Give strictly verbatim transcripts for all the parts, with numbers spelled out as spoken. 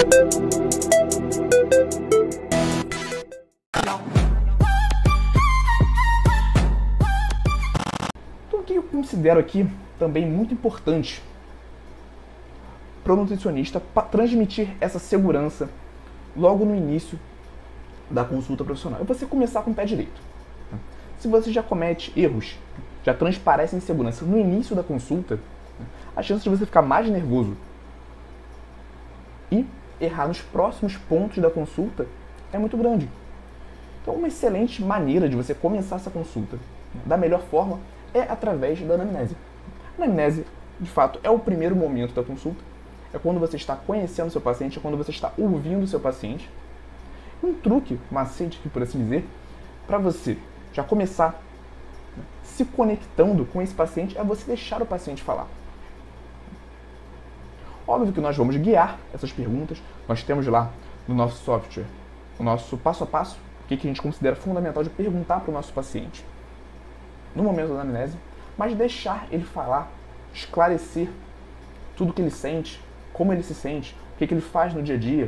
Então, o que eu considero aqui também muito importante para o nutricionista transmitir essa segurança logo no início da consulta profissional é você começar com o pé direito. Se você já comete erros, já transparece insegurança no início da consulta, a chance de você ficar mais nervoso e errar nos próximos pontos da consulta é muito grande. Então, uma excelente maneira de você começar essa consulta da melhor forma é através da anamnese. A anamnese, de fato, é o primeiro momento da consulta. É quando você está conhecendo o seu paciente, é quando você está ouvindo o seu paciente. Um truque, um macete, por assim dizer, para você já começar né, se conectando com esse paciente é você deixar o paciente falar. Óbvio que nós vamos guiar essas perguntas. Nós temos lá no nosso software o nosso passo a passo, o que a gente considera fundamental de perguntar para o nosso paciente no momento da anamnese, mas deixar ele falar, esclarecer tudo o que ele sente, como ele se sente, o que ele faz no dia a dia,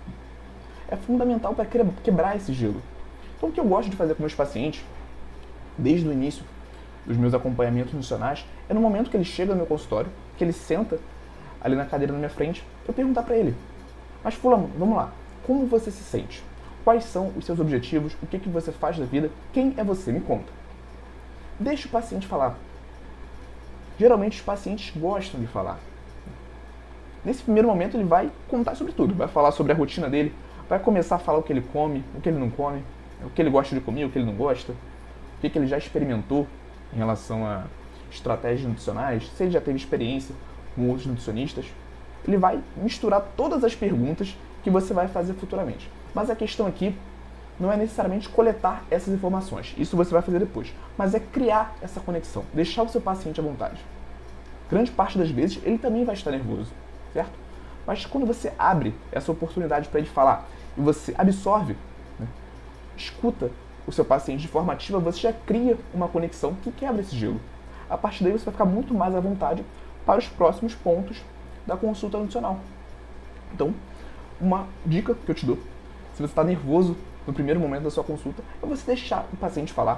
é fundamental para quebrar esse gelo. Então, o que eu gosto de fazer com meus pacientes, desde o início dos meus acompanhamentos nutricionais, é no momento que ele chega no meu consultório, que ele senta ali na cadeira na minha frente, eu perguntar para ele: mas fulano, vamos lá, como você se sente? Quais são os seus objetivos? O que, que você faz da vida? Quem é você? Me conta. Deixa o paciente falar. Geralmente os pacientes gostam de falar. Nesse primeiro momento ele vai contar sobre tudo, vai falar sobre a rotina dele, vai começar a falar o que ele come, o que ele não come, o que ele gosta de comer, o que ele não gosta, o que, que ele já experimentou em relação a estratégias nutricionais, se ele já teve experiência com outros nutricionistas. Ele vai misturar todas as perguntas que você vai fazer futuramente. Mas a questão aqui não é necessariamente coletar essas informações, isso você vai fazer depois, mas é criar essa conexão, deixar o seu paciente à vontade. Grande parte das vezes ele também vai estar nervoso, certo? Mas quando você abre essa oportunidade para ele falar e você absorve, né, escuta o seu paciente de forma ativa, você já cria uma conexão que quebra esse gelo. A partir daí você vai ficar muito mais à vontade para os próximos pontos da consulta nutricional. Então, uma dica que eu te dou, se você está nervoso no primeiro momento da sua consulta, é você deixar o paciente falar.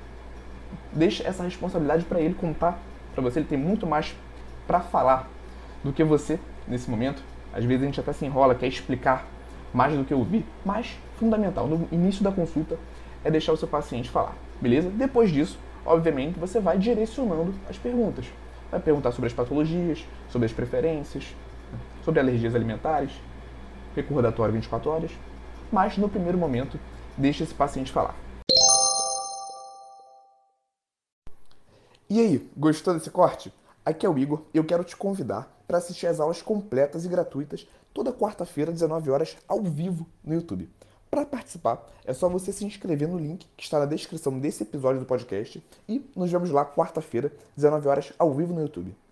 Deixa essa responsabilidade para ele contar para você. Ele tem muito mais para falar do que você nesse momento. Às vezes a gente até se enrola, quer explicar mais do que ouvir, mas fundamental no início da consulta é deixar o seu paciente falar, beleza? Depois disso, obviamente, você vai direcionando as perguntas. Vai perguntar sobre as patologias, sobre as preferências, sobre alergias alimentares, recordatório vinte e quatro horas, mas no primeiro momento, deixa esse paciente falar. E aí, gostou desse corte? Aqui é o Igor e eu quero te convidar para assistir às aulas completas e gratuitas toda quarta-feira, dezenove horas, ao vivo no YouTube. Para participar, é só você se inscrever no link que está na descrição desse episódio do podcast e nos vemos lá quarta-feira, dezenove horas, ao vivo no YouTube.